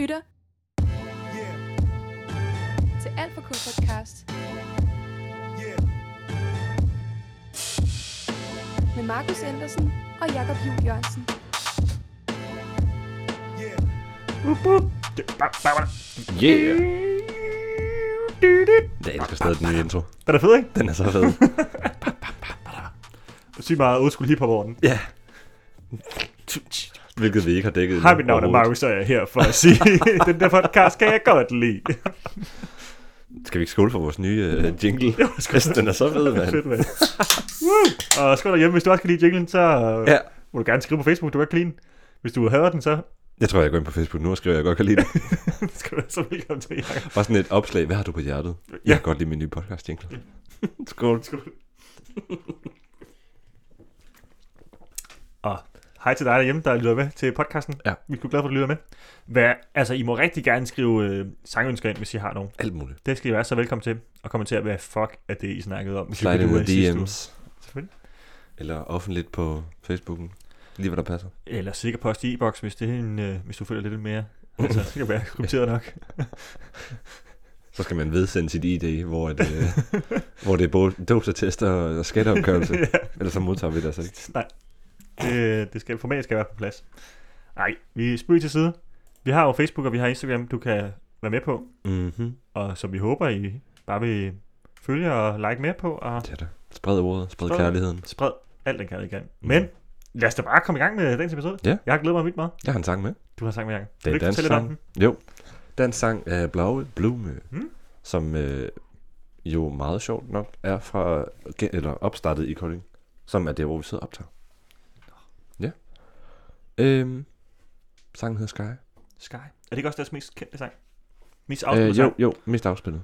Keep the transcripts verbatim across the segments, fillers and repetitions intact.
lytter til Alt for K podcast med Markus Andersen og Jakob Juhl Jørgensen. Yeah! Jeg elsker stadig den nye intro. Den er fed, ikke? Den er så fed. Sygt meget old school hiphop over den. Ja. Hvilket vi ikke har dækket. Hej, mit navn er Markus, og jeg er her for at sige, den der podcast kan jeg godt lide. Skal vi ikke skåle for vores nye uh, jingle? Jo, den er så fed, mand. Fedt, mand. Og skål derhjemme, hvis du også kan lide jinglen, så ja. må du gerne skrive på Facebook, du kan lide den. Hvis du hader den, så... Jeg tror, jeg går ind på Facebook nu og skriver, jeg godt kan lide det. Skal du være så velkommen til, Jacob. Bare sådan et opslag. Hvad har du på hjertet? Ja. Jeg kan godt lide min nye podcast jingle. Ja. Skål. Skål. Og hej til dig derhjemme, der lytter med til podcasten. Ja. Vi er glade for, at du lytter med. Hvad, altså, I må rigtig gerne skrive øh, sangønsker ind, hvis I har nogen. Alt muligt. Det skal I være så velkommen til. Og kommentere, hvad fuck er det, I snakkede om. Slide in the D Ms. Selvfølgelig. Eller offentligt på Facebooken. Lige hvad der passer. Eller sikkert post i e-boks, hvis, det er en, øh, hvis du føler lidt mere. Altså, det kan være krypteret nok. Så skal man vedsende sit I D, hvor det, hvor det er både dåbsattester og skatteopgørelse. Ja. Ellers så modtager vi det altså ikke. Nej, det, det skal, format skal være på plads. Nej, vi spøger til side. Vi har jo Facebook, og vi har Instagram, du kan være med på. Mm-hmm. Og så vi håber, I bare vil følge og like mere på. Og det er det. Spred ordet, spred, spred kærligheden. Spred alt den kærlighed igen. Mm. Men lad os da bare komme i gang med dagens episode. Ja. Jeg har glædet mig vildt meget. Jeg har en sang med. Du har en sang med, Jacob. Det er en dansk sang. Jo. Dansk sang af Blaue Blume, hmm? som øh, jo meget sjovt nok er fra, eller opstartet i Kolding, som er der, hvor vi sidder og optager. Ja. Øhm, sangen hedder Sky. Sky. Er det ikke også deres mest kendte sang? Mest afspillet øh, sang? Jo, jo, mest afspillet.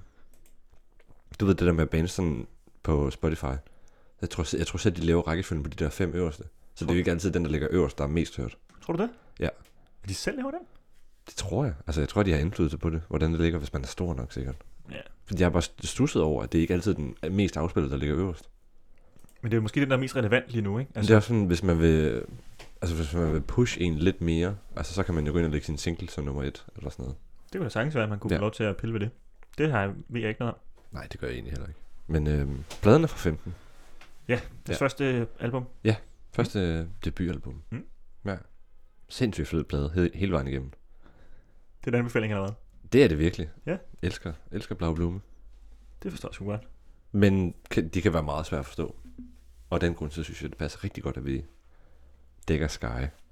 Du ved det der med bands sådan på Spotify. Jeg tror, jeg tror selv, de laver rækkefølgen på de der fem øverste. Så det er jo ikke altid den, der ligger øverst, der er mest hørt. Tror du det? Ja. Vil de selv lave den? Det tror jeg. Altså, jeg tror, de har indflydelse på det, hvordan det ligger, hvis man er stor nok, sikkert. Ja. Fordi jeg har bare stusset over, at det ikke altid er den mest afspillede, der ligger øverst. Men det er jo måske den, der er mest relevant lige nu, ikke? Altså, det er også sådan, hvis man vil, altså, hvis man vil push en lidt mere, altså, så kan man jo gå ind og lægge sin single som nummer et, eller sådan noget. Det kunne da sagtens være, at man kunne ja. få lov til at pille ved det. Det har jeg, ved jeg ikke noget om. Nej, det gør jeg egentlig heller ikke. Men øhm, pladen er fra femten. Ja, det ja. første album. Ja, første øh, debutalbum. Mm. Ja. Sindssygt fed plade, he- hele vejen igennem. Det er den anbefaling, eller hvad? Det er det virkelig. Ja. Elsker, elsker Blaue Blume. Det forstår jeg sgu godt. Men kan, de kan være meget svært at forstå. Og af den grund, så synes jeg, det passer rigtig godt, at vi dækker Sky.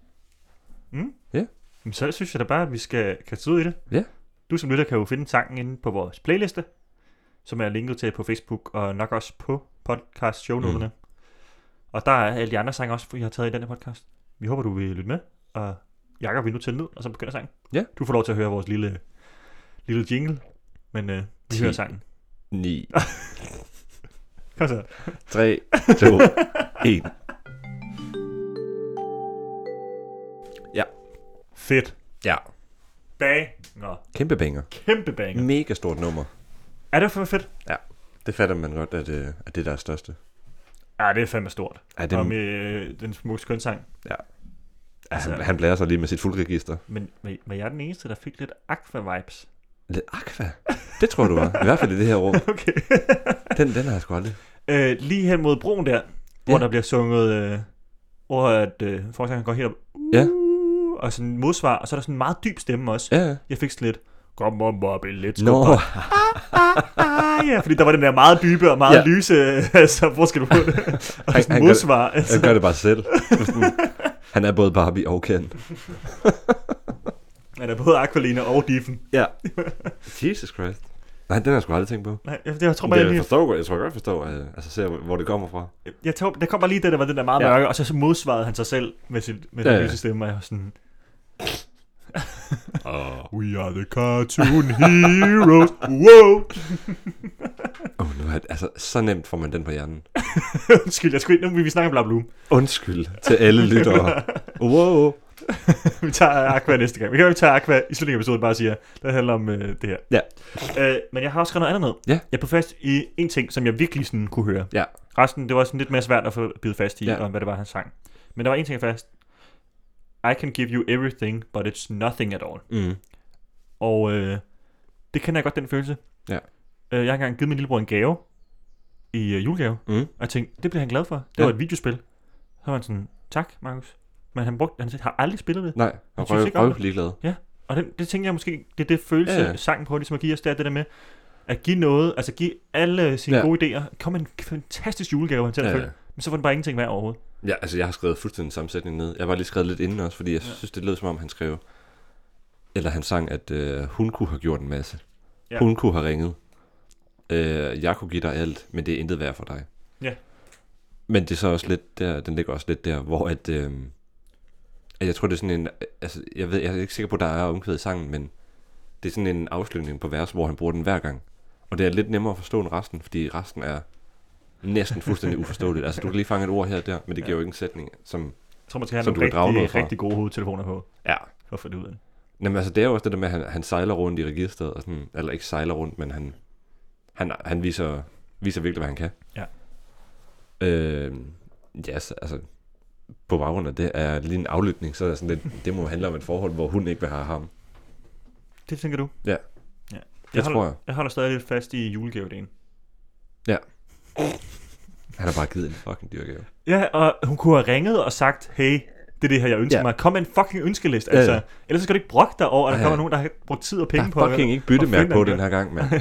Mm. Ja. Men så synes jeg da bare, at vi skal kaste ud i det. Ja. Du som lytter kan jo finde sangen inde på vores playliste, som er linket til på Facebook, og nok også på podcast shownoterne. Mm. Og der er alle de andre sange også, vi har taget i denne podcast. Vi håber, du vil lytte med, og Jakob vil nu tælle ned, og så begynder sangen. Ja. Du får lov til at høre vores lille, lille jingle, men øh, vi ti, hører sangen. ni Kom så. tre, to, et. Ja. Fedt. Ja. Banger. Kæmpe banger. Kæmpe banger. Mega stort nummer. Er det for fedt? Ja. Det fatter man godt, at, øh, at det der er største. Ja, det er fandme stort. Ja, det... Og med øh, den smukke skønsang. Ja. Altså, han, han blærer sig lige med sit fuldregister. Men var jeg den eneste, der fik lidt Aqua-vibes? Lidt Aqua? Det tror du var. I hvert fald i det her rum. Okay. den, den har jeg sgu aldrig. Øh, lige hen mod broen der, hvor ja. der bliver sunget, øh, hvor at øh, forsangeren går helt op. Uh, ja. Og sådan en modsvar, og så er der sådan en meget dyb stemme også. Ja. Jeg fik sådan lidt, kom on, Bobby, let's no. go. Ah, ja, fordi der var den der meget dybe og meget ja. lyse, altså, hvor skal du på det? Og han, sådan en modsvar. Han, han gør det bare selv. Han er både Barbie og Ken. Han er både Aqualina og Diffen. Ja. Jesus Christ. Nej, den har jeg sgu aldrig tænkt på. Nej, jeg, jeg tror bare, jeg, jeg forstår, jeg tror jeg godt forstår, at, altså se, hvor det kommer fra. Jeg, jeg tror, der kommer lige det, der var den der meget ja. mørke, og så, så modsvarede han sig selv med sin, med ja, sin lyse stemme, og jeg var sådan... uh, we are the cartoon heroes. Wow. oh, nu er det, altså, så nemt får man den på hjernen. Undskyld, jeg skulle ikke, nu vil vi snakke om Blaue Blume. Undskyld til alle lyttere. Wow. Vi tager Aqua næste gang. Vi kan jo tage Aqua i slutningen af episoden, bare sige, det handler om øh, det her. Ja. Øh, men jeg har også skrevet noget andet ned. Ja. Jeg er på fast i en ting, som jeg virkelig sådan kunne høre. Ja. Resten, det var sådan lidt mere svært at få bidt fast i, ja. om hvad det var, han sang. Men der var en ting, jeg fast. I can give you everything, but it's nothing at all. Mm. Og øh, det kender jeg godt, den følelse. Ja. Øh, jeg har engang givet min lillebror en gave i øh, julegave. Mm. Og jeg tænkte, det bliver han glad for. Det Ja. var et videospil. Så var han sådan, tak, Markus. Men han, brugte, han har aldrig spillet det. Nej, Han og synes røv, ikke om røv det. ligeglad. Og den, det tænker jeg måske, det er det følelse, Ja, ja, ja. ja. sangen på, ligesom at give os, det er det der med, at give noget, altså give alle sine Ja. ja. gode idéer. Kom en fantastisk julegave, han til at Ja, følge. ja. Men så var den bare ingenting værd overhovedet. Ja, altså jeg har skrevet fuldstændig sammensætning ned. Jeg var lige skrevet lidt inden også, fordi jeg Ja. synes, det lød som om, han skrev, eller han sang, at øh, hun kunne have gjort en masse. Ja. Hun kunne have ringet. Øh, jeg kunne give dig alt, men det er intet værd for dig. Ja. Men det er så også lidt der, den ligger også lidt der, hvor at, øh, at jeg tror, det er sådan en, altså jeg ved, jeg er ikke sikker på, at der er omkvæd i sangen, men det er sådan en afslutning på vers, hvor han bruger den hver gang. Og det er lidt nemmere at forstå end resten, fordi resten er næsten fuldstændig uforståeligt. Altså du kan lige fange et ord her og der, men det giver Ja. jo ikke en sætning, som, Jeg tror, man skal have Som du nogle kan drage noget rigtig, fra. rigtig gode hovedtelefoner på, ja. for at få det ud af det. Jamen altså det er jo også det der med, at han, han sejler rundt i registret, og sådan, eller ikke sejler rundt, men han, han, han viser, viser virkelig, hvad han kan. Ja. Øh, ja, yes, altså på baggrund af det er lige en aflytning, så er det sådan lidt, det må handle om et forhold, hvor hun ikke vil have ham. Det tænker du? Ja. ja. Det Jeg tror holder, jeg. jeg holder stadig lidt fast i julegavedelen. Han har bare givet en fucking dyr gave. Ja, og hun kunne have ringet og sagt, hey, det er det her, jeg ønsker Ja. mig. Kom med en fucking ønskeliste. Ja, Altså, ja. ellers så skal du ikke brokke dig over, at der Ja, ja. kommer nogen, der har brugt tid og Der penge på. er fucking ikke byttemærke finde på den den her gang, mand.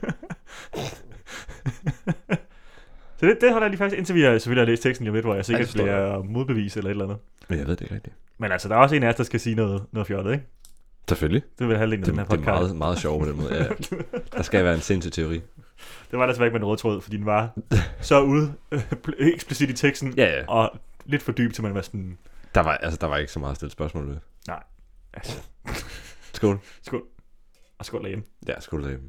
Så det, det holder jeg lige faktisk, indtil vi har, selvfølgelig har læst teksten lige om lidt, hvor jeg sikkert forstår bliver modbevist eller et eller andet. Men jeg ved det ikke rigtigt. Men altså, der er også en af os, der skal sige noget, noget fjollet, ikke? Selvfølgelig. Det vil halvdelen af Det, den her det er podcast. meget, meget sjovt på den måde. Ja. Der skal være en sindssyg teori. Det var der desværre ikke med en rød tråd, fordi den var så ude øh, eksplicit i teksten, Ja, ja. og lidt for dyb, til man var sådan, Der var, altså, der var ikke så meget at stille spørgsmål ved. altså, Skål. skål. Og skål derhjemme. Ja, skål derhjemme.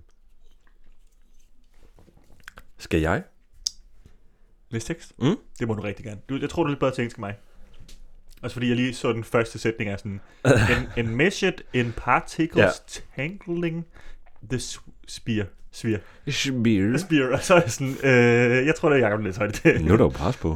Skal jeg? Læs tekst? Mm? Det må du rigtig gerne. Du, jeg tror, du er lidt bedre til engelsk end mig. Også fordi jeg lige så den første sætning af sådan, en, en measured in particles Ja. tangling the s- spear. Sphere. Beer. Spear. Og så er jeg sådan, øh, jeg tror, det er Jacob, der læser højt det. Nu er der jo pres på.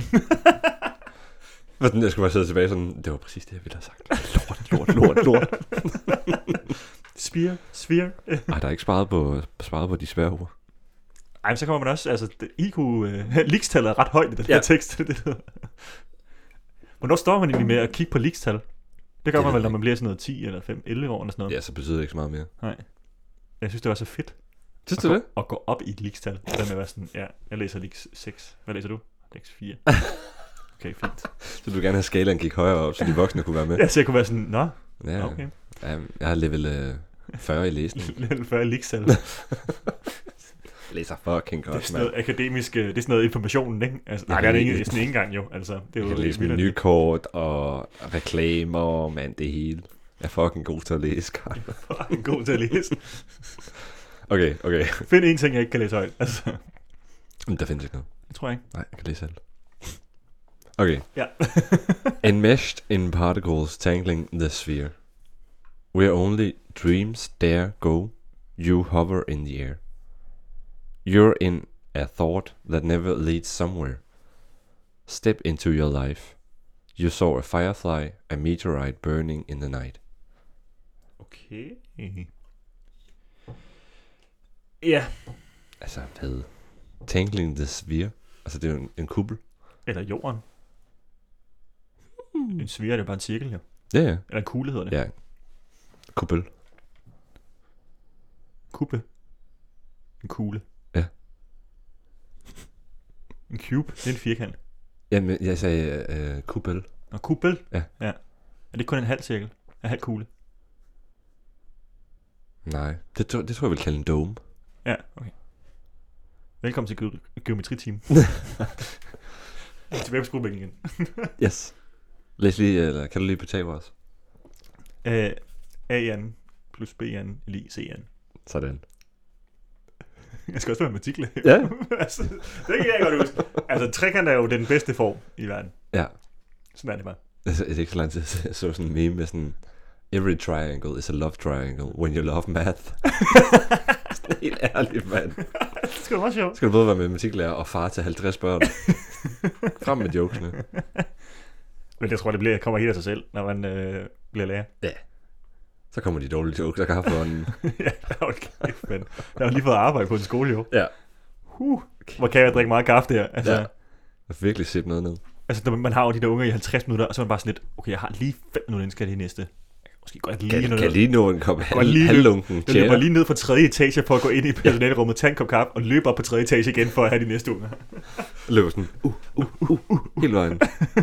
Hvordan jeg skulle bare sidde tilbage sådan, det var præcis det, jeg ville have sagt. Lort, lort, lort, lort. Spear. Sphere. Ej, der er ikke sparet på, sparet på de svære ord. Ej, men så kommer man også, altså, det- I Q, øh, leakstallet er ret højt i den Ja. her tekst. Det, det. Hvornår står man egentlig med at kigge på leakstal? Det gør Det man ved vel, jeg når man bliver sådan noget ti eller fem, elleve år eller sådan noget. Ja, så betyder det ikke så meget mere. Nej. Jeg synes, det var så fedt. Synes at du gå, det? at gå op i et leakstal. Det der med at være sådan, ja, jeg læser leaks seks. Hvad læser du? Leaks fire. Okay, fint. Så du vil gerne have skalaen gik højere op, så de voksne kunne være med? Ja, så jeg kunne være sådan, nå, Ja, okay. ja, jeg har level øh, fyrre i læsning. Lidt før leakstal. Det Læser fucking er godt, sådan noget mand. akademisk, øh, det er sådan noget informationen, ikke? Altså, nej, Jeg det er kan det lide- ikke, sådan ikke engang jo. Altså, det er Jeg jo kan læse vildt. menukort og reklamer, mand, det hele. Jeg er fucking god til at læse, Karl. Fucking god til at læse. Okay, okay. Find en ting, jeg ikke kan læse højt. Altså, Men der findes ikke noget. det tror jeg ikke. Nej, jeg kan læse alt. Okay. Ja. Enmeshed in particles tangling the sphere. Where only dreams dare go, you hover in the air. You're in a thought that never leads somewhere. Step into your life. You saw a firefly, a meteorite burning in the night. Okay. Ja. Altså, hvad? Tangling the sphere? Altså, det er jo en, en kuppel. Eller jorden. En sphere, det er bare en cirkel, jo. Ja, ja. Eller en kugle hedder det. Ja. Kuppel. Kuppe. En kugle. Ja. En cube, det er en firkant. Jamen, jeg sagde øh, kuppel. Og kuppel? Ja. Ja. Er det kun en halv cirkel? En halv kugle? Nej, det, tror- det tror jeg, jeg vil kalde en dome. Ja, okay. Velkommen til ge- geometri-team. Tilbage på skolebænken igen. Yes. Læs lige, eller kan du lige Pythagoras? Uh, A N plus B N lige C N. Sådan. Jeg skal også være matematiklærer. Ja. altså, det kan jeg godt huske. Altså, trekant er jo den bedste form i verden. Ja. Sådan er det bare. Altså, det er ikke så lang tid, jeg så sådan en meme med sådan, every triangle is a love triangle when you love math. Sådan helt ærligt, mand. Det skal være meget sjovt. Skal du både være matematiklærer og far til halvtreds børn? Frem med jokesene. Men jeg tror, det bliver, kommer helt af sig selv, når man øh, bliver lærer. Ja. Så kommer de dårlige jokes af kaffehånden. Ja, okay, men jeg har lige fået arbejde på en skole, jo. Ja. Huh, hvor kan jeg drikke meget kaffe der? Altså, Ja. Jeg har virkelig set noget ned. altså, når man har jo de der unger i halvtreds minutter, og så er man bare sådan lidt, okay, jeg har lige fem minutter, inden skal det næste. Jeg kan måske godt lige Kan, noget. kan lige nå en kop Godt halv, lige løbe- halvlunken Jeg løber cheddar. lige ned fra tredje etage for at gå ind i personalerummet, tage en kop kaffe, og løbe op på tredje etage igen for at have de næste unger. Løber sådan, uh, uh, uh, uh, hele vejen.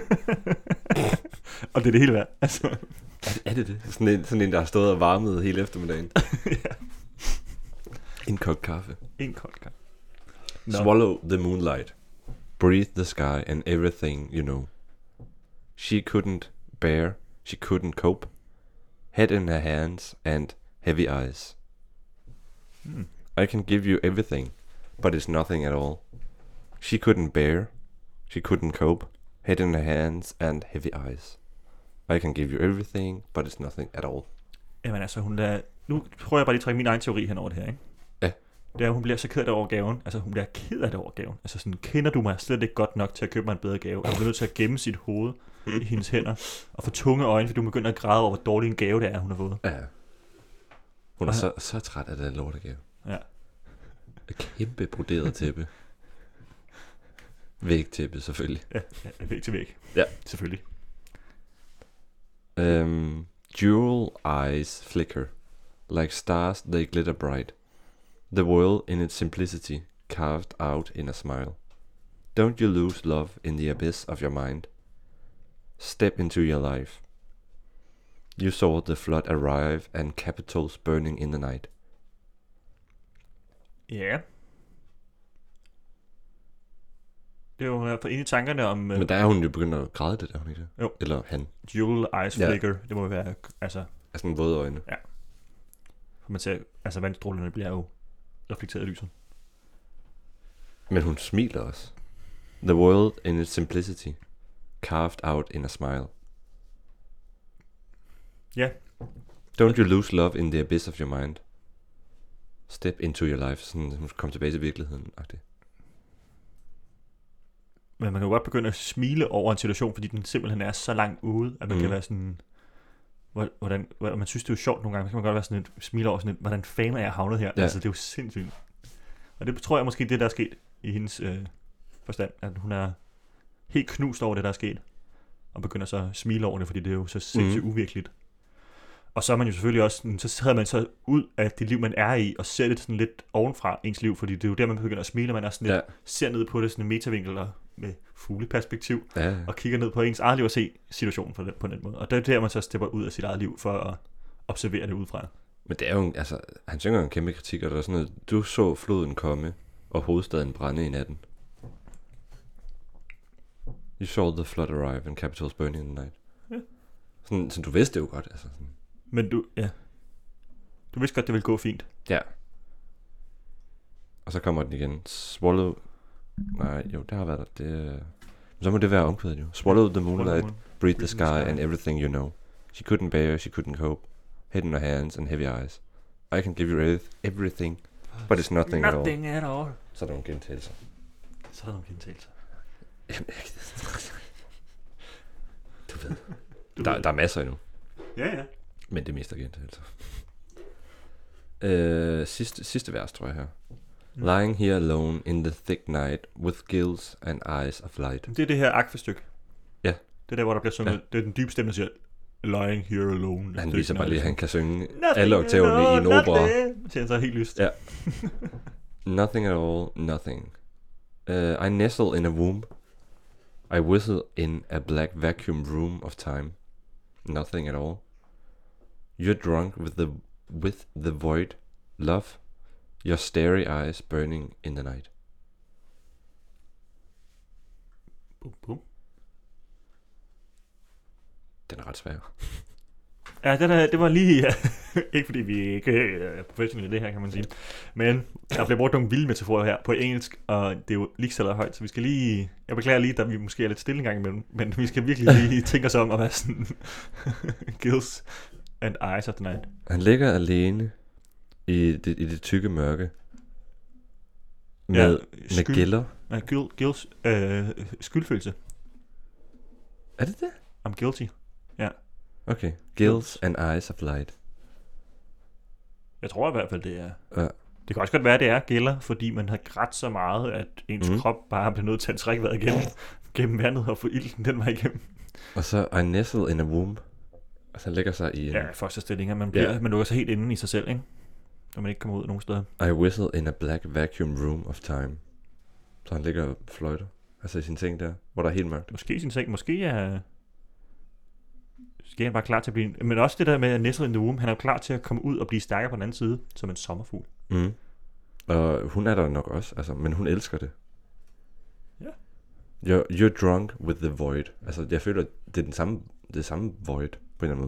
Og det er det hele værd. Altså, Er, er det det? Sådan en, sådan en, der har stået og varmet hele eftermiddagen. ja. En kop kaffe. En kold kaffe. Nå. Swallow the moonlight. Breathe the sky and everything you know. She couldn't bear, she couldn't cope. Head in her hands and heavy eyes. Hmm. I can give you everything, but it's nothing at all. She couldn't bear, she couldn't cope. Head in her hands and heavy eyes. I can give you everything, but it's nothing at all. Jamen altså, hun er... Nu prøver jeg bare lige at trække min egen teori hen over det her, ikke? Ja. Det er, hun bliver så ked af det over gaven. Altså, hun bliver ked af det over gaven. Altså sådan, kender du mig slet ikke godt nok til at købe mig en bedre gave? Og hun bliver nødt til at gemme sit hoved i hendes hænder og få tunge øjne, fordi du begynder at græde over, hvor dårlig en gave det er, hun har fået. Ja. Hun er Og så, så træt af den lortegave. Ja. Et kæmpe broderet tæppe. Vægtæppe, selvfølgelig. Ja, ja, væg til væg. Ja. Selvfølgelig. Um, jewel eyes flicker. Like stars they glitter bright. The world in its simplicity carved out in a smile. Don't you lose love in the abyss of your mind. Step into your life. You saw the flood arrive and capitals burning in the night. Ja. Det er jo, hun er inde i tankerne om uh, Men der er hun jo begyndt at græde det der, hun ikke det? Jo. Eller han. Jewel Eyes Ja. Flicker. Det må være, altså, Er sådan våde øjne. for man ser, altså vandstrålerne bliver jo reflekteret i lyset. Men hun smiler også. The world in its simplicity carved out in a smile. Ja. Don't you lose love in the abyss of your mind. Step into your life. Sådan, hun skal komme tilbage til virkeligheden. -agtigt. Men man kan jo godt begynde at smile over en situation, fordi den simpelthen er så langt ude, at man mm. Mm. kan være sådan, hvor- hvordan, hvordan, man synes det er jo sjovt nogle gange, så kan man godt være sådan et smile over sådan et, hvordan fanden er jeg havnet her? Ja. Altså det er jo sindssygt. Og det tror jeg måske det, der er sket i hendes øh, forstand, at hun er helt knust over det, der er sket, og begynder så at smile over det, fordi det er jo så sindssygt Mm. uvirkeligt. Og så er man jo selvfølgelig også, sådan, så træder man så ud af det liv, man er i, og ser det sådan lidt ovenfra ens liv, fordi det er jo der, man begynder at smile, og man er sådan lidt, Ja. ser ned på det sådan en metavinkel og med fugleperspektiv, Ja. og kigger ned på ens eget liv og se situationen på den, på den måde. Og det er der, man så stepper ud af sit eget liv for at observere det udefra. Men det er jo, en- altså, han synger en kæmpe kritik, og der er sådan noget, du så floden komme, og hovedstaden brænde i natten. You saw the flood arrive and capitals burning in the night. Ja. Sådan, så du vidste det jo godt, altså sådan. Men du, ja, du vidste godt, det ville gå fint. Ja. Og så kommer den igen. Swallow... Nej, jo, det har været der. Det, øh, så må det være omkvædet jo. Swallow the moonlight, breathe the sky and everything you know. She couldn't bear, she couldn't cope. Head in her hands and heavy eyes. I can give you every- everything, but it's nothing, at all. Nothing at all. Så er der nogle gentagelser. Så er der nogle gentagelser. Du ved. Du Der, ved. der er masser endnu. Ja, ja. Men det er mest af gentagelser. Øh, sidste, sidste vers, tror jeg her. Mm. Lying here alone in the thick night with gills and eyes of light. Det er det her akvestykke. Ja. Det er der, hvor der bliver sunget. Ja. Det er den dybe stemme, der siger, lying here alone. Han viser bare lige, at han kan synge Nothing alle oktaverne at i all, en opera. nothing. Siger han så helt lyst. Ja. Nothing at all, nothing. Uh, I nestle in a womb. I whistle in a black vacuum room of time. Nothing at all. You're drunk with the with the void, love. Your starry eyes burning in the night. Bum, bum. Den er ret svær. Ja, det, der, det var lige... Ja. Ikke fordi vi ikke er professionelle i det her, kan man sige. Men der bliver brugt nogle vilde metaforer her på engelsk, og det er jo lige så højt, så vi skal lige... Jeg beklager lige, at vi måske er lidt stille en gang imellem, men vi skal virkelig lige tænke os om at være sådan... Gills and eyes of the night. Han ligger alene i det, i det tykke mørke. Med, Ja, med skyld- gælder. Ja, Gil, Gills øh, skyldfølelse. Er det det? I'm guilty. Okay. Gills and eyes of light. Jeg tror i hvert fald, det er. Ja. Det kan også godt være, at det er gælder, fordi man har grædt så meget, at ens Mhm. mm. krop bare bliver nødt til at trække vejret igennem, gennem vandet og få ilten den vej igennem. Og så I nestle in a womb. Altså han lægger sig i en... Ja, første stillinger. Man, bliver, Ja. man lukker sig helt inde i sig selv, ikke? Når man ikke kommer ud nogen steder. I whistle in a black vacuum room of time. Så han ligger og fløjter. Altså i sin seng der, hvor der er helt mørkt. Måske i sin seng. Måske er... Måske er han bare klar til at blive... Men også det der med at nestle in the womb. Han er jo klar til at komme ud og blive stærkere på den anden side, som en sommerfugl. Mm. Og hun er der nok også, altså, men hun elsker det. Ja. You're, you're drunk with the void. Altså, jeg føler, det er den samme, det samme void, på en eller anden måde.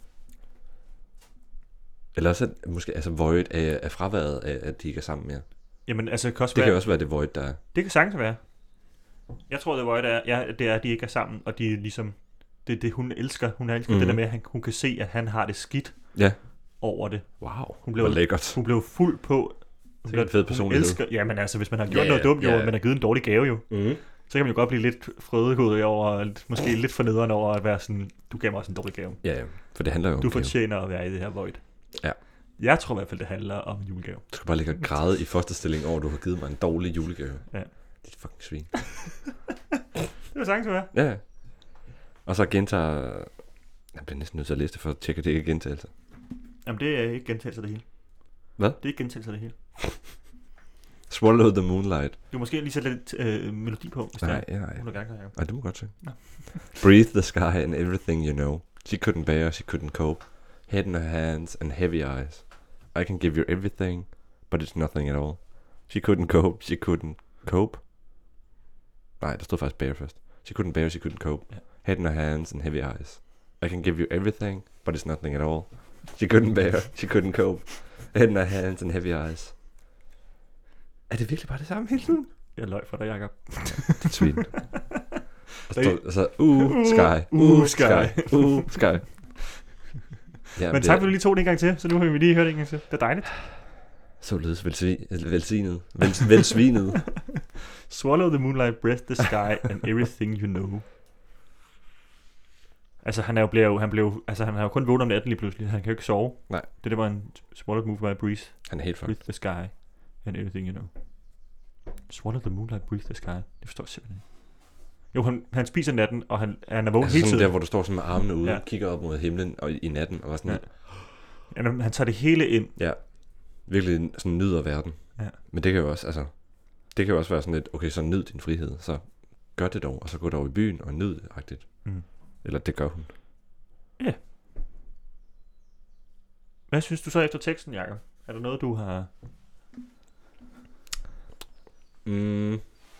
Eller også, at måske, altså void er, er fraværet af, at de ikke er sammen mere. Jamen, altså, det kan også Det være... kan også være det void, der er. Det kan sagtens være. Jeg tror, det var det er, ja, det er, at de ikke er sammen, og de er ligesom... Det er det, hun elsker. Hun elsker mm-hmm. Mhm. det der med, at han, hun kan se, at han har det skidt Ja. over det. Wow, Hun blev- hvor lækkert. Hun blev fuld på... Hun, Det er en fed hun personlighed. elsker... Jamen altså, hvis man har gjort Ja, yeah, noget dumt, jo, ja. og man har givet en dårlig gave, jo, Mm. så kan man jo godt blive lidt frødehovedet over, og lidt- måske lidt fornedrende over at være sådan, du gav mig også en dårlig gave. Ja, ja, for det handler jo om Du gave. fortjener at være i det her void. Ja. Jeg tror i hvert fald, det handler om en julegave. Du skal bare ligge og græde i fosterstilling over, at du har givet mig en dårlig julegave. Ja. Dit fucking svin. Det var sagtens være. Ja. Og så gentager... Jeg bliver næsten nødt til at læse det, for at tjekke, at det ikke er gentagelser. Jamen, det er ikke gentagelse af det hele. Hvad? Det er ikke gentagelse af det hele. Swallow the moonlight. Du måske lige sætte lidt øh, melodi på, hvis Nej, det er. ja, nej. Hun er gang, ja. Ej, det må godt synge. Nå. Breathe the sky and everything you know. She couldn't bear, she couldn't cope. Head in her hands and heavy eyes. I can give you everything, but it's nothing at all. She couldn't cope, she couldn't cope. Nej, der stod faktisk bear først. She couldn't bear, she couldn't cope. Ja. Head in her hands and heavy eyes. I can give you everything, but it's nothing at all. She couldn't bear, she couldn't cope. Head in her hands and heavy eyes. Er det virkelig bare det samme hele tiden? Jeg løg for dig, Jacob. Det er svin. Og så, og så uh, sky, Uh, uh, sky. sky, uh, sky. Ja, Men tak, fordi du lige tog det en gang til, så nu har vi lige hørt det en gang til. Det er dejligt. Således velsvi, velsignet. Vel, velsvinet. Swallow the moonlight, breath the sky, and everything you know. Altså, han er jo blevet, han blev, altså, han har jo kun vågnet om natten lige pludselig. Han kan jo ikke sove. Nej. Det, det var en swallow the moonlight, breathe, Han er helt fucked. breathe the sky, and everything you know. Swallow the moonlight, breathe the sky. Det forstår jeg simpelthen ikke. Jo, han, han spiser natten, og han, han er vågen Altså hele sådan tiden. der, hvor du står sådan med armene ude, Ja. ja. kigger op mod himlen og i natten, og sådan, Ja. ja. Han, han tager det hele ind. ja, virkelig sådan nyder verden. Ja. Men det kan jo også, altså, det kan jo også være sådan lidt, okay, så nyd din frihed, så gør det dog, og så gå dog i byen og nyd det, agtigt. Mm. Eller det gør hun. Hvad synes du så efter teksten, Jacob? Er der noget, du har... Mm.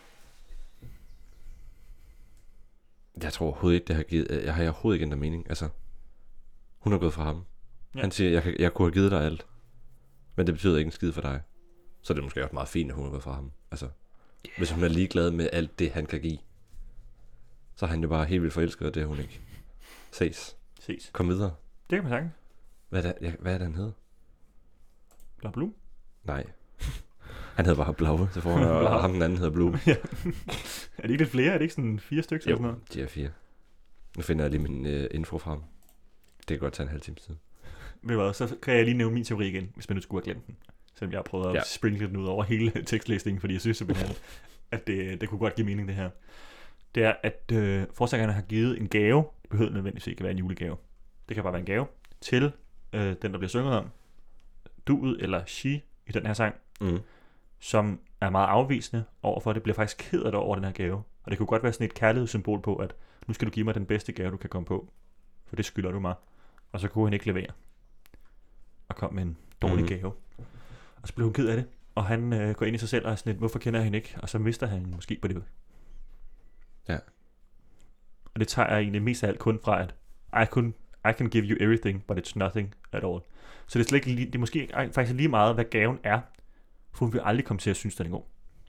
Jeg tror overhovedet ikke, det har givet... Jeg har overhovedet ikke ændret mening. Altså, hun har gået fra ham. Ja. Ja. Han siger, jeg, kan, jeg kunne have givet dig alt. Men det betyder ikke en skid for dig. Så er det måske også meget fint, at hun har gået fra ham. Altså, yeah. Hvis hun er ligeglad med alt det, han kan give, så er han jo bare helt vildt forelsket, og det er hun ikke. Ses. Ses. Kom videre. Det kan man sagtens. Hvad er det, ja, hvad er det han hedder? Bla Blue. Nej. Han hedder bare Blaue til forhånd, og Blau. ham den anden hedder Blue. Ja. Er det ikke lidt flere? Er det ikke sådan fire stykker? eller sådan Jo, noget? de er fire. Nu finder jeg lige min uh, info frem. Det kan godt tage en halv time tid. Ved du hvad, så kan jeg lige nævne min teori igen, hvis man nu skulle have glemt den. Selvom jeg har prøvet at ja. Ja. sprinkle den ud over hele tekstlæsningen, fordi jeg synes simpelthen, at det, det kunne godt give mening, det her. Det er, at øh, forsangerne har givet en gave. Det behøver nødvendigvis ikke at være en julegave. Det kan bare være en gave til øh, den, der bliver sunget om. Duet eller she i den her sang, Mm. som er meget afvisende overfor, det bliver faktisk ked af det over den her gave. Og det kunne godt være sådan et kærlighedssymbol på, at nu skal du give mig den bedste gave, du kan komme på. For det skylder du mig. Og så kunne han ikke levere. Og kom med en dårlig Mhm. gave. Og så blev hun ked af det. Og han øh, går ind i sig selv og er sådan lidt, hvorfor kender jeg hende ikke? Og så mister han måske på det. Ja. Og det tager jeg egentlig mest af alt kun fra, at I can, I can give you everything, but it's nothing at all. Så det er, slet ikke lige, det er måske ikke- faktisk lige meget, hvad gaven er. For hun vil aldrig komme til at synes, den er god.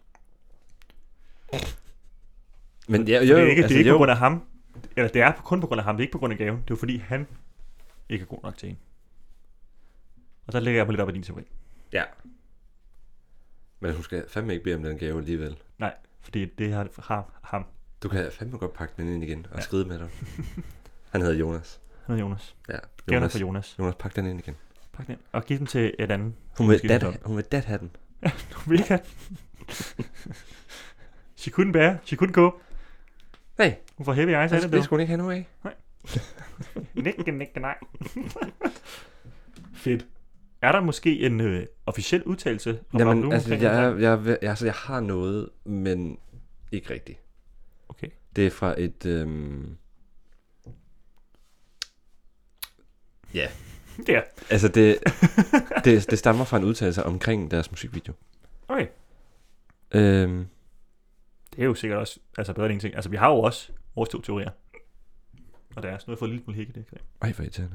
Men ja, jo, det er ikke, altså, det er ikke jo. på grund af ham. Eller det er kun på grund af ham, det er ikke på grund af gaven. Det er jo fordi, han ikke er god nok til hende. Og der lægger jeg mig lidt op af din teori. Ja. Men hun skal fandme ikke bede om den gave alligevel. Nej, fordi det har har ham. Du kan fandme godt pakke den ind igen og Ja. ja. skride med dig. Han hedder Jonas. Han hedder Jonas. Ja. Gaven er Jonas, for Jonas. Jonas, pak den ind igen. Pak den ind. Og giv den til et andet. Hun vil, Måske dat, sådan. hun vil dat have den. Hun vil ikke have den. She couldn't bear. She couldn't go. Hey, Hun får heavy eyes af det, det. det skulle hun ikke have nu af. Nikke, nikke, nej. Fedt. Er der måske en øh, officiel udtalelse om Jamen, Rob altså, omkring jeg, den er, sang? jeg, jeg, altså, jeg har noget, men ikke rigtigt. Okay. Det er fra et... Øhm... Ja. Ja. Altså, det, det, det stammer fra en udtalelse omkring deres musikvideo. Okay. Øhm... Det er jo sikkert også altså bedre end ingenting. Altså, vi har jo også vores to teorier. Og der er sådan noget for en lille smule hække, det kan jeg. Ej, hvor irriterende.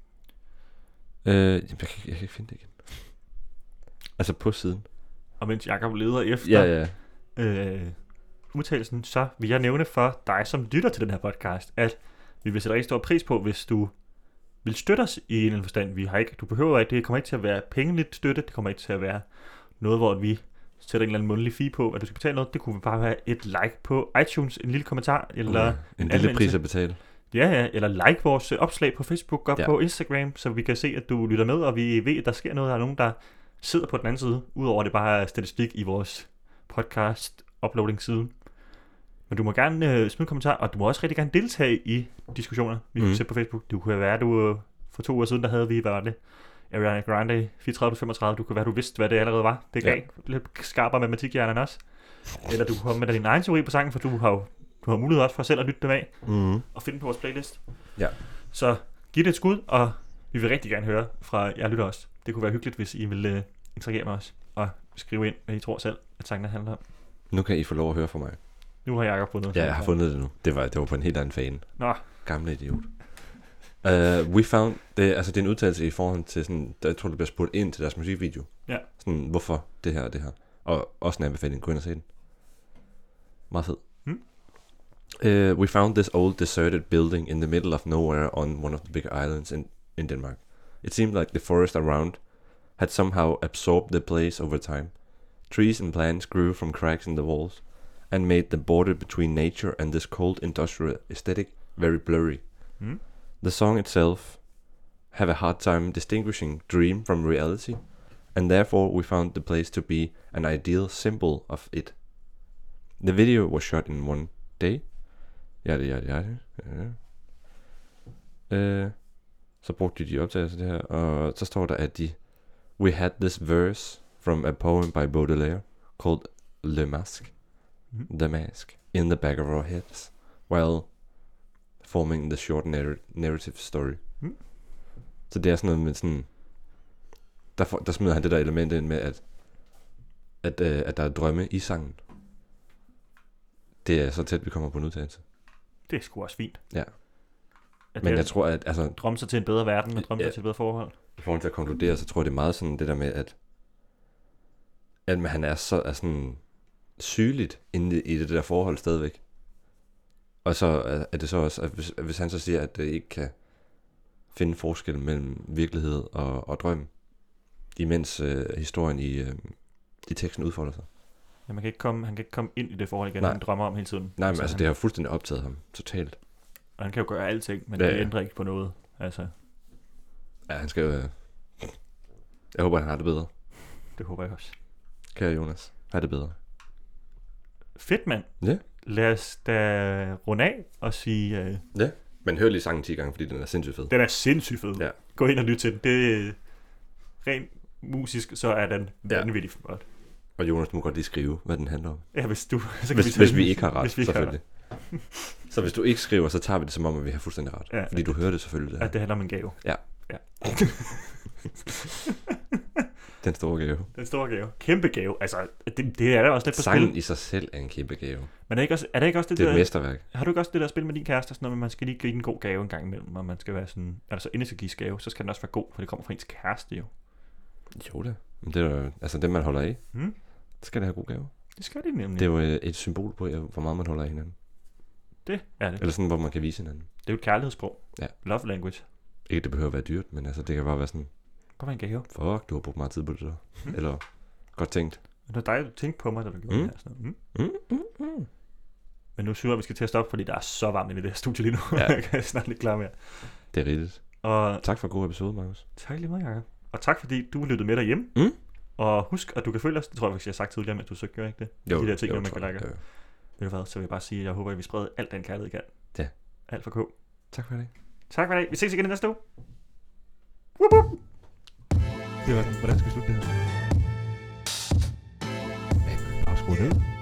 Øh, jeg, kan, jeg kan ikke finde det igen. Altså på siden. Og mens Jakob leder efter Ja, ja. øh, udtalelsen, så vil jeg nævne for dig, som lytter til den her podcast, at vi vil sætte rigtig stor pris på, hvis du vil støtte os i en eller anden forstand. Vi har ikke, du behøver ikke, det kommer ikke til at være pengeligt støtte, det kommer ikke til at være noget, hvor vi sætter en eller anden mundtlig fee på, at du skal betale noget. Det kunne bare være et like på iTunes, en lille kommentar, eller Okay. En lille anmeldelse. pris at betale. Ja, ja, eller like vores øh, opslag på Facebook og Ja. på Instagram, så vi kan se, at du lytter med, og vi ved, at der sker noget. Der er nogen, der sidder på den anden side, udover det bare er statistik i vores podcast-uploading-side. Men du må gerne øh, smide en kommentar, og du må også rigtig gerne deltage i diskussioner, vi kan Mhm. se på Facebook. Du kunne være, du øh, for to uger siden, der havde vi, hvad var det? Ariana Grande, fireogtredive til femogtredive. Du kunne være, du vidste, hvad det allerede var. Det gav Ja. lidt skarpere matematikhjernen også. Eller du kunne komme med din egen teori på sangen, for du har jo du har mulighed også for selv at lytte dem af Mm-hmm. og finde på vores playlist. Ja. Så giv det et skud, og vi vil rigtig gerne høre fra jer lytter også. Det kunne være hyggeligt, hvis I vil uh, interagere med os og skrive ind, hvad I tror selv, at sangen handler om. Nu kan I få lov at høre fra mig. Nu har Jacob fundet Ja, jeg har fundet det nu. Det var, det var på en helt anden fan. Nå, Gamle idiot. Uh, we found, det, altså det er en udtalelse i forhold til sådan, der, jeg tror, det bliver spurgt ind til deres musikvideo. Ja. Sådan, hvorfor det her og det her. Og også en anbefaling, gå ind og se den. Meget fed. Hmm. Uh, we found this old deserted building in the middle of nowhere on one of the bigger islands in, in Denmark. It seemed like the forest around had somehow absorbed the place over time. Trees and plants grew from cracks in the walls and made the border between nature and this cold industrial aesthetic very blurry. mm. The song itself have a hard time distinguishing dream from reality, and therefore we found the place to be an ideal symbol of it. The video was shot in one day. Ja, det, ja, det, ja, det. Ja. Øh, så brugte de de optagelser det her, og så står der, at de we had this verse from a poem by Baudelaire called Le Masque, Mm. The Mask, in the back of our heads, while forming the short narr- narrative story. Mm. Så det er sådan noget med sådan, der, for, der smider han det der element ind med, at, at, øh, at der er drømme i sangen. Det er så tæt, vi kommer på en udtalelse. Det er sgu også fint. Ja. At Men det jeg tror, at altså, drømme sig til en bedre verden, og drømme Ja. sig til et bedre forhold. i forhold til at konkludere, så tror jeg, det er meget sådan det der med, at, at han er så er sådan sygeligt inde i det der forhold stadigvæk. Og så er er det så også, at hvis, at hvis han så siger, at det ikke kan finde forskel mellem virkelighed og, og drøm, imens øh, historien i, øh, i teksten udfolder sig. Ja, man kan ikke komme, han kan ikke komme ind i det forhold igen, Nej. han drømmer om hele tiden. Nej, men altså, han, det har fuldstændig optaget ham totalt. Og han kan jo gøre alting, men Ja, ja, det ja. ændrer ikke på noget. Altså, Ja, han skal jo... Øh, jeg håber, han har det bedre. det håber jeg også. Kære Jonas, har det bedre. Fedt, mand. Ja. Lad os da runde af og sige, øh, Ja, men hør lige sangen ti gange, fordi den er sindssygt fed. den er sindssygt fed. Ja. Gå ind og lyt til den. Det er rent musisk, så er den Ja. vanvittig for godt. Og Jonas, du må godt lige skrive, hvad den handler om. Ja, hvis du... Så kan Hvis, vi, tage hvis den, vi ikke har ret, hvis vi ikke har selvfølgelig. Så hvis du ikke skriver, så tager vi det som om, at vi har fuldstændig ret. Ja. Fordi du hører det selvfølgelig. Det At her. det handler om en gave. Ja. ja. Den store gave. Den store gave. Kæmpe gave. Altså, det, det er da også lidt på Sangen spil. i sig selv er en kæmpe gave. Men er, ikke også, er det ikke også det, Det er der... et mesterværk. Har du ikke også det der spil med din kæreste, sådan noget, med, man skal lige give en god gave en gang imellem, og man skal være sådan... Altså, inden til gives gave, så skal den også være god, for det kommer fra ens kæreste jo. Jo da. Men det er jo, altså det, man holder af. Hmm? Så skal det have god gave. Det skal det nemlig. Det er jo øh, et symbol på, øh, hvor meget man holder af hinanden. det er det. Eller sådan, hvor man kan vise hinanden. Det er jo et kærlighedssprog. Ja. Love language. Ikke, det behøver at være dyrt, men altså, det kan bare være sådan, Kom en gave. fuck, du har brugt meget tid på det der. Mm. Eller, godt tænkt. Det var dig, der tænkte på mig, da du gjorde Mm. det her. Sådan. Mm. Mm, mm, mm. Men nu synes jeg, at vi skal til at stoppe, fordi der er så varmt inde i det her studie lige nu. Ja. Jeg kan snart ikke klare mere. Det er rigtigt. Og Tak for en god episode, Markus. tak lige meget, Jacob. Og tak fordi du lyttede med derhjemme. Mm. Og husk, at du kan følge os. Det tror jeg faktisk, jeg har sagt tidligere, men du så gør ikke det. Jo, de der ting, jo, man tror kan jeg, like. jo, jo. Ved du hvad, så vil jeg bare sige, at jeg håber, at vi spreder alt den kærlighed, I kan. Ja. Alt for K. Tak for det. Tak for i dag. Vi ses igen i næste uge. Wup, wup. Det var den. Hvordan skal vi slutte det her? Bare skru ned.